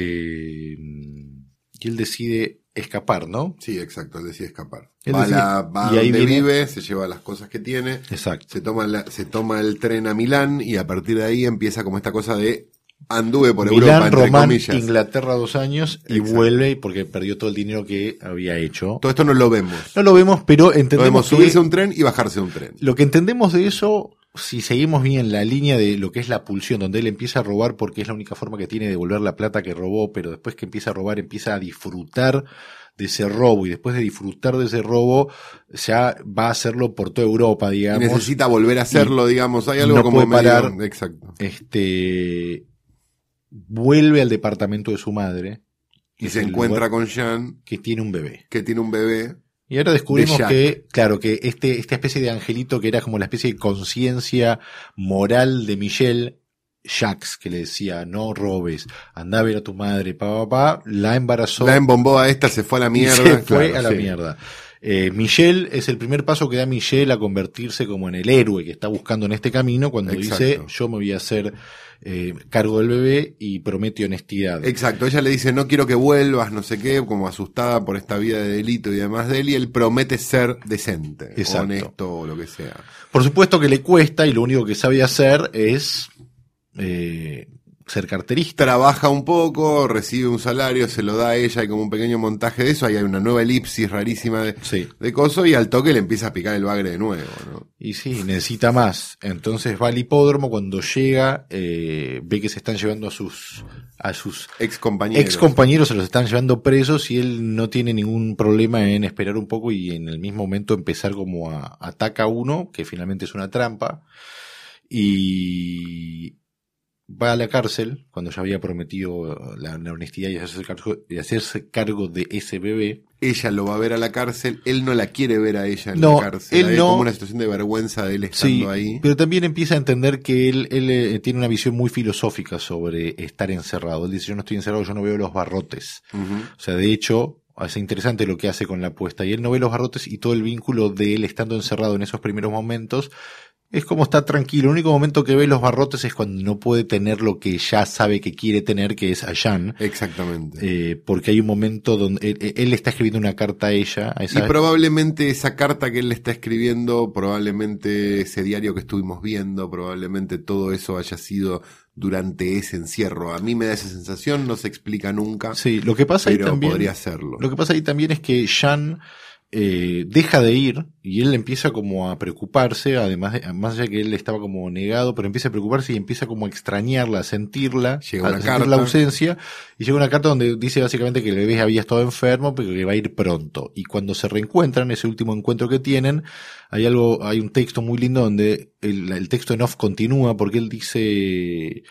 y él decide escapar, ¿no? Sí, exacto, él decide escapar. Él va decide, la, va y ahí donde viene, vive, se lleva las cosas que tiene, exacto. Se toma la, se toma el tren a Milán, y a partir de ahí empieza como esta cosa de anduve por Milán, Europa, entre Román, comillas. Inglaterra dos años y exacto. Vuelve porque perdió todo el dinero que había hecho. Todo esto no lo vemos. No lo vemos, pero entendemos lo vemos que subirse a un tren y bajarse de un tren. Lo que entendemos de eso, si seguimos bien la línea de lo que es la pulsión, donde él empieza a robar porque es la única forma que tiene de devolver la plata que robó, pero después que empieza a robar empieza a disfrutar de ese robo, y después de disfrutar de ese robo ya va a hacerlo por toda Europa, digamos. Y necesita volver a hacerlo, digamos. Hay algo no como puede medio, parar. Exacto. Este vuelve al departamento de su madre y se encuentra con Jean, que tiene un bebé. Que tiene un bebé. Y ahora descubrimos que, claro, que este, esta especie de angelito que era como la especie de conciencia moral de Michelle, Jax, que le decía, no robes, andá a ver a tu madre, pa, pa, pa, la embarazó. La embombó a esta, se fue a la mierda. Se fue claro, a la sí. mierda. Eh, Michelle es el primer paso que da Michelle a convertirse como en el héroe que está buscando en este camino cuando Exacto. dice, yo me voy a hacer eh, cargo del bebé y promete honestidad. Exacto, ella le dice, no quiero que vuelvas, no sé qué, como asustada por esta vida de delito y demás de él, y él promete ser decente, Exacto. honesto o lo que sea. Por supuesto que le cuesta y lo único que sabe hacer es eh, ser carterista. Trabaja un poco, recibe un salario, se lo da a ella, hay como un pequeño montaje de eso, ahí hay una nueva elipsis rarísima de, Sí. de coso, y al toque le empieza a picar el bagre de nuevo, ¿no? Y sí, necesita más. Entonces va al hipódromo, cuando llega, eh, ve que se están llevando a sus a sus Ex compañeros. ex compañeros, se los están llevando presos y él no tiene ningún problema en esperar un poco y en el mismo momento empezar como a ataca a uno, que finalmente es una trampa, y va a la cárcel cuando ya había prometido la, la honestidad y hacerse cargo, y hacerse cargo de ese bebé. Ella lo va a ver a la cárcel, él no la quiere ver a ella en No, la cárcel. él Hay no. como una situación de vergüenza de él estando Sí, ahí. pero también empieza a entender que él, él eh, tiene una visión muy filosófica sobre estar encerrado. Él dice, yo no estoy encerrado, yo no veo los barrotes. Uh-huh. O sea, de hecho, es interesante lo que hace con la apuesta. Y él no ve los barrotes y todo el vínculo de él estando encerrado en esos primeros momentos es como está tranquilo. El único momento que ve los barrotes es cuando no puede tener lo que ya sabe que quiere tener, que es a Jan. Exactamente. Eh, porque hay un momento donde él, él está escribiendo una carta a ella. A esa... Y probablemente esa carta que él le está escribiendo, probablemente ese diario que estuvimos viendo, probablemente todo eso haya sido durante ese encierro. A mí me da esa sensación, no se explica nunca. Sí, lo que pasa ahí pero también, podría serlo. Lo que pasa ahí también es que Jan eh, deja de ir y él empieza como a preocuparse, además de, más allá que él estaba como negado, pero empieza a preocuparse y empieza como a extrañarla, a sentirla, Llega a una sentir carta. la ausencia, y llega una carta donde dice básicamente que el bebé había estado enfermo, pero que va a ir pronto. Y cuando se reencuentran, ese último encuentro que tienen, hay algo, hay un texto muy lindo donde el, el texto en off continúa porque él dice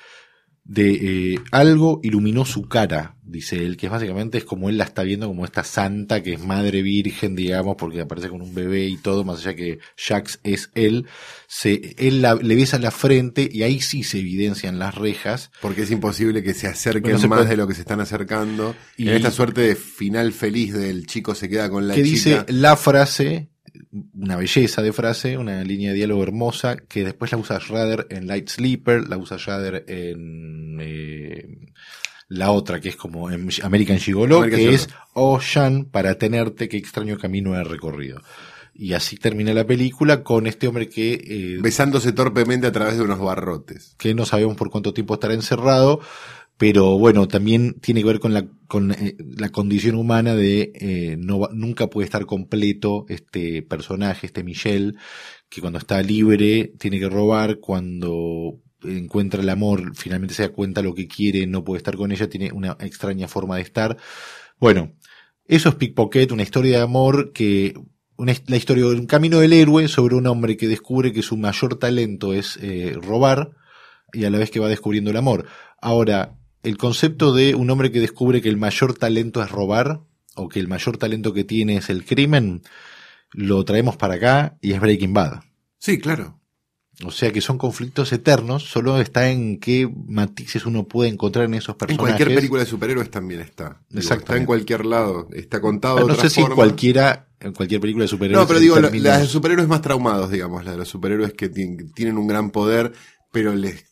de eh, algo iluminó su cara, dice él, que es básicamente es como él la está viendo como esta santa que es madre virgen, digamos, porque aparece con un bebé y todo, más allá que Jax es él, se, él la, le besa la frente y ahí sí se evidencian las rejas. Porque es imposible que se acerquen Bueno, se más puede... de lo que se están acercando. Y en esta suerte de final feliz del chico se queda con la que chica. dice la frase, una belleza de frase, una línea de diálogo hermosa, que después la usa Schrader en Light Sleeper, la usa Schrader en eh, la otra, que es como en American Gigolo, American que Gigolo. es, oh Jan, para tenerte, qué extraño camino he recorrido. Y así termina la película con este hombre que... Eh, besándose torpemente a través de unos barrotes. que no sabemos por cuánto tiempo estará encerrado, pero bueno, también tiene que ver con la con eh, la condición humana de eh, no va, nunca puede estar completo este personaje, este Michel, que cuando está libre tiene que robar, cuando encuentra el amor, finalmente se da cuenta lo que quiere, no puede estar con ella, tiene una extraña forma de estar. Bueno, eso es Pickpocket, una historia de amor que una, la historia de un camino del héroe sobre un hombre que descubre que su mayor talento es eh, robar y a la vez que va descubriendo el amor. Ahora, el concepto de un hombre que descubre que el mayor talento es robar o que el mayor talento que tiene es el crimen, lo traemos para acá y es Breaking Bad. Sí, claro. O sea que son conflictos eternos, solo está en qué matices uno puede encontrar en esos personajes. En cualquier película de superhéroes también está. Digo, está en cualquier lado, está contado de no otra sé si forma. cualquiera, en cualquier película de superhéroes. No, pero digo, términos... las de superhéroes más traumados, digamos, las de los superhéroes que tienen un gran poder, pero les,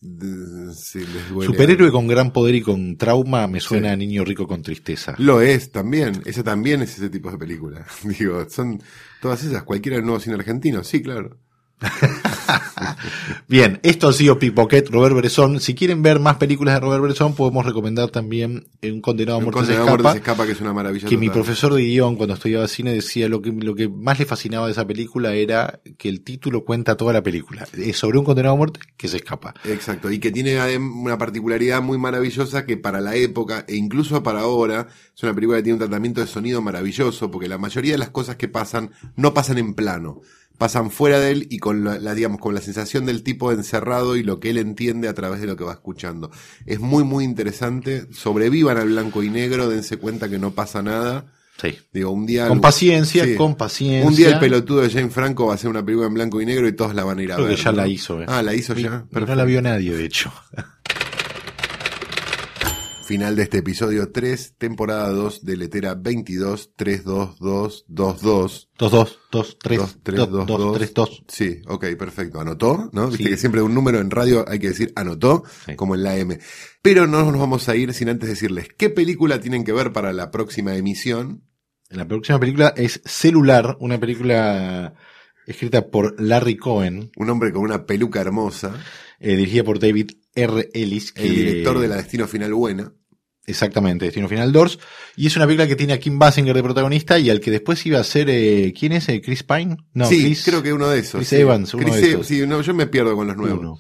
se les duele. Superhéroe con gran poder y con trauma me suena Sí. a niño rico con tristeza. Lo es también, esa también es ese tipo de película. Digo, son todas esas, cualquiera del nuevo cine argentino, sí, claro. Bien, esto ha sido Pickpocket, Robert Bresson. Si quieren ver más películas de Robert Bresson, podemos recomendar también Un condenado a Un muerte se condenado a muerte escapa, se escapa, que es una maravilla que total. mi profesor de guión cuando estudiaba cine decía lo que, lo que más le fascinaba de esa película era que el título cuenta toda la película. Es sobre un condenado a muerte que se escapa. Exacto, y que tiene adem- una particularidad muy maravillosa que para la época, e incluso para ahora, es una película que tiene un tratamiento de sonido maravilloso, porque la mayoría de las cosas que pasan, no pasan en plano. Pasan fuera de él y con la, la, digamos, con la sensación del tipo encerrado y lo que él entiende a través de lo que va escuchando. Es muy, muy interesante. Sobrevivan al blanco y negro, dense cuenta que no pasa nada. Sí. Digo, un día... Con paciencia, sí. con paciencia. Un día el pelotudo de Jane Franco va a hacer una película en blanco y negro y todos la van a ir a Creo ver. que ya ¿no? la hizo. Eh. Ah, la hizo y, ya. y no la vio nadie, de hecho. Final de este episodio tres, temporada dos de Letera veintidós, tres dos dos dos dos. dos dos dos tres dos tres dos dos tres dos. Sí, ok, perfecto. Anotó, ¿no? Viste Sí. que siempre un número en radio hay que decir anotó, Sí. como en la M. Pero no nos vamos a ir sin antes decirles qué película tienen que ver para la próxima emisión. La próxima película es Celular, una película escrita por Larry Cohen, Un hombre con una peluca hermosa, eh, dirigida por David R. Ellis, que el director de La Destino Final Buena. Exactamente, Destino Final Doors, y es una película que tiene a Kim Basinger de protagonista y al que después iba a ser, eh, ¿quién es? Eh, ¿Chris Pine? No, sí, Chris, creo que uno de esos. Chris sí. Evans, uno Chris de E- esos. Sí, no, yo me pierdo con los nuevos. uno,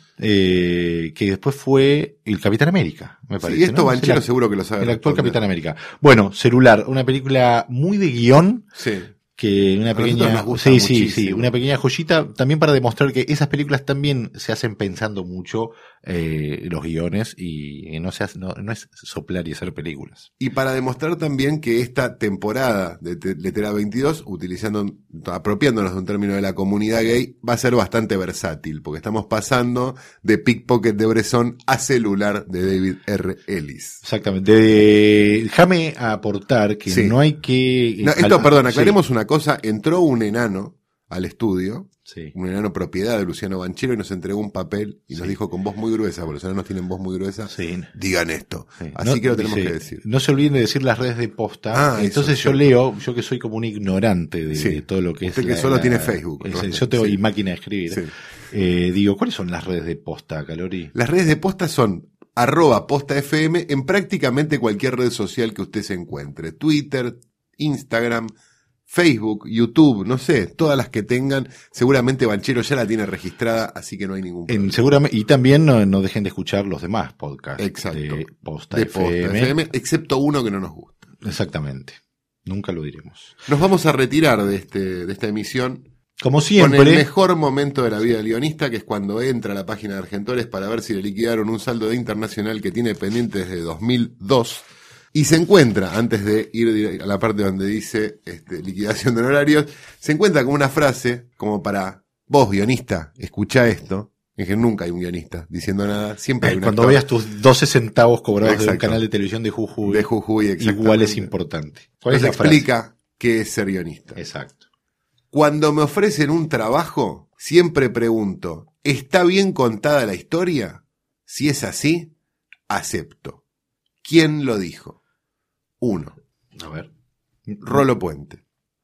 eh, que después fue el Capitán América, me parece. Sí, esto ¿no? Banchero el, seguro que lo sabe. el actual responder. Capitán América. Bueno, Celular, una película muy de guión, Sí. que una A nosotros pequeña, nos gusta sí, sí, sí, muchísimo. una pequeña joyita también para demostrar que esas películas también se hacen pensando mucho eh, los guiones y no se hace, no, no es soplar y hacer películas. Y para demostrar también que esta temporada de Te- Letera veintidós, utilizando, apropiándonos de un término de la comunidad gay, va a ser bastante versátil, porque estamos pasando de Pickpocket de Bresson a Celular de David R. Ellis. Exactamente. De- déjame aportar que Sí. no hay que... No, esto, al- perdón, sí, aclaremos una cosa, entró un enano al estudio, sí. un enano propiedad de Luciano Banchero, y nos entregó un papel y nos Sí. dijo con voz muy gruesa, porque los enanos tienen voz muy gruesa, Sí. digan esto. Sí. Así No, que lo tenemos dice, que decir. No se olviden de decir las redes de Posta. Ah, eso, Entonces yo cierto. leo, yo que soy como un ignorante de, Sí. de todo lo que Usted es. que la- solo la- tiene Facebook, el- ¿no? yo tengo Sí. y máquina de escribir. Sí. Eh, digo, ¿cuáles son las redes de Posta, Calori? Las redes de Posta son arroba Posta F M en prácticamente cualquier red social que usted se encuentre. Twitter, Instagram, Facebook, YouTube, no sé, todas las que tengan. Seguramente Banchero ya la tiene registrada, así que no hay ningún problema. En, seguramente, y también no, no dejen de escuchar los demás podcasts Exacto. de Posta, de F Posta M. F M, excepto uno que no nos gusta. Exactamente. Nunca lo diremos. Nos vamos a retirar de, este, de esta emisión Como con siempre. el mejor momento de la vida del guionista, que es cuando entra a la página de Argentores para ver si le liquidaron un saldo de internacional que tiene pendiente desde dos mil dos. Y se encuentra, antes de ir a la parte donde dice este, liquidación de honorarios, se encuentra con una frase como para vos, guionista, escuchá esto. Es que nunca hay un guionista diciendo nada, siempre hay un Cuando actor veas tus doce centavos cobrados de un Exacto. canal de televisión de Jujuy, de Jujuy, exactamente. igual es importante. ¿Cuál es Nos la frase? explica qué es ser guionista. Exacto. Cuando me ofrecen un trabajo, siempre pregunto, ¿está bien contada la historia? Si es así, acepto. ¿Quién lo dijo? Uno, A ver. Rolo Puente.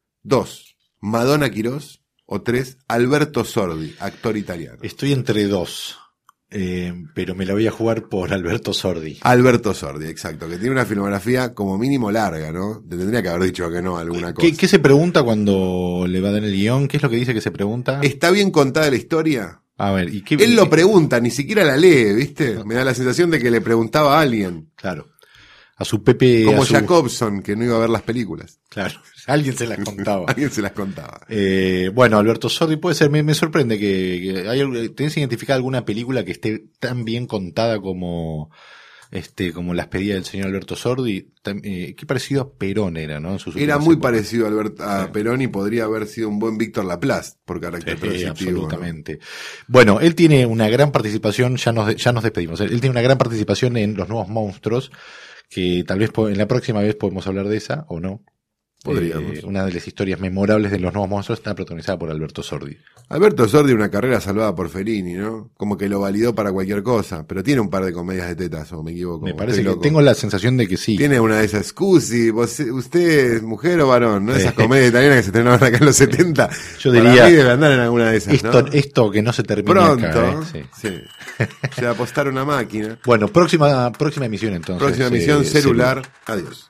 Dos, Madonna Quirós. O tres, Alberto Sordi, actor italiano. Estoy entre dos, eh, pero me la voy a jugar por Alberto Sordi. Alberto Sordi, exacto, que tiene una filmografía como mínimo larga, ¿no? Te tendría que haber dicho que no alguna cosa. ¿Qué, ¿Qué se pregunta cuando le va a dar el guión? ¿Qué es lo que dice que se pregunta? ¿Está bien contada la historia? A ver, ¿y qué? Él lo qué- pregunta, ni siquiera la lee, ¿viste? Me da la sensación de que le preguntaba a alguien. Claro. A su Pepe. Como a su- Jacobson, que no iba a ver las películas. Claro. Alguien se las contaba. Alguien se las contaba. Eh, bueno, Alberto Sordi puede ser, me, me sorprende que, que hay, ¿tenés identificada alguna película que esté tan bien contada como este como Las pedidas del señor Alberto Sordi? Tam- eh, qué parecido a Perón era, ¿no? En sus Era últimas muy épocas. parecido a, Albert, a Sí. Perón y podría haber sido un buen Víctor Laplace por carácter Sí, transitivo. absolutamente. Bueno, él tiene una gran participación, ya nos, ya nos despedimos, él tiene una gran participación en Los Nuevos Monstruos, que tal vez po- en la próxima vez podemos hablar de esa, o no. Podríamos. Eh, una de las historias memorables de Los Nuevos Monstruos está protagonizada por Alberto Sordi. ¿No? Alberto Sordi, una carrera salvada por Fellini, ¿no? Como que lo validó para cualquier cosa, pero tiene un par de comedias de tetas, o me equivoco. Me o parece estoy que loco. tengo la sensación de que sí. Tiene una de esas, scusi, vos- usted es mujer o varón, ¿no? Esas Sí. comedias italianas que se estrenaban acá en los setenta. Yo Para diría, mí debe andar en alguna de esas, Esto, ¿no? esto que no se termina Pronto, acá, ¿eh? Sí. sí. Se apostaron a máquina. Bueno, próxima, próxima emisión entonces. Próxima eh, misión celular. Adiós.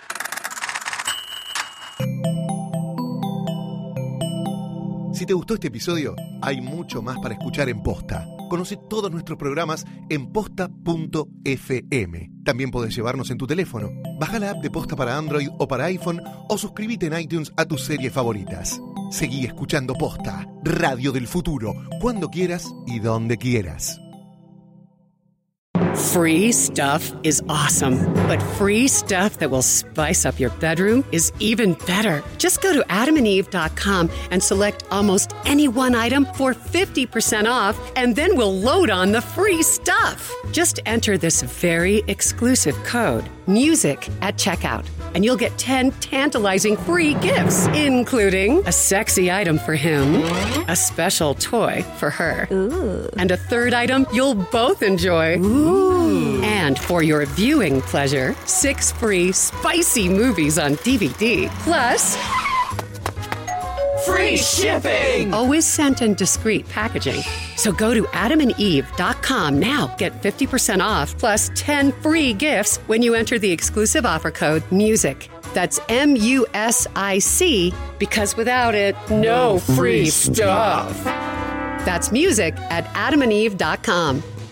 Si te gustó este episodio, hay mucho más para escuchar en Posta. Conoce todos nuestros programas en posta punto f m. También podés llevarnos en tu teléfono. Baja la app de Posta para Android o para iPhone o suscríbete en iTunes a tus series favoritas. Seguí escuchando Posta, Radio del Futuro, cuando quieras y donde quieras. Free stuff is awesome, but free stuff that will spice up your bedroom is even better. Just go to adam and eve dot com and select almost any one item for fifty percent off, and then we'll load on the free stuff. Just enter this very exclusive code, MUSIC, at checkout, and you'll get ten tantalizing free gifts, including a sexy item for him, a special toy for her, Ooh. and a third item you'll both enjoy. Ooh. And for your viewing pleasure, six free spicy movies on D V D, plus free shipping! Always sent in discreet packaging. So go to adam and eve dot com now. Get fifty percent off plus ten free gifts when you enter the exclusive offer code MUSIC. That's M U S I C, because without it, no free stuff. That's MUSIC at adam and eve dot com.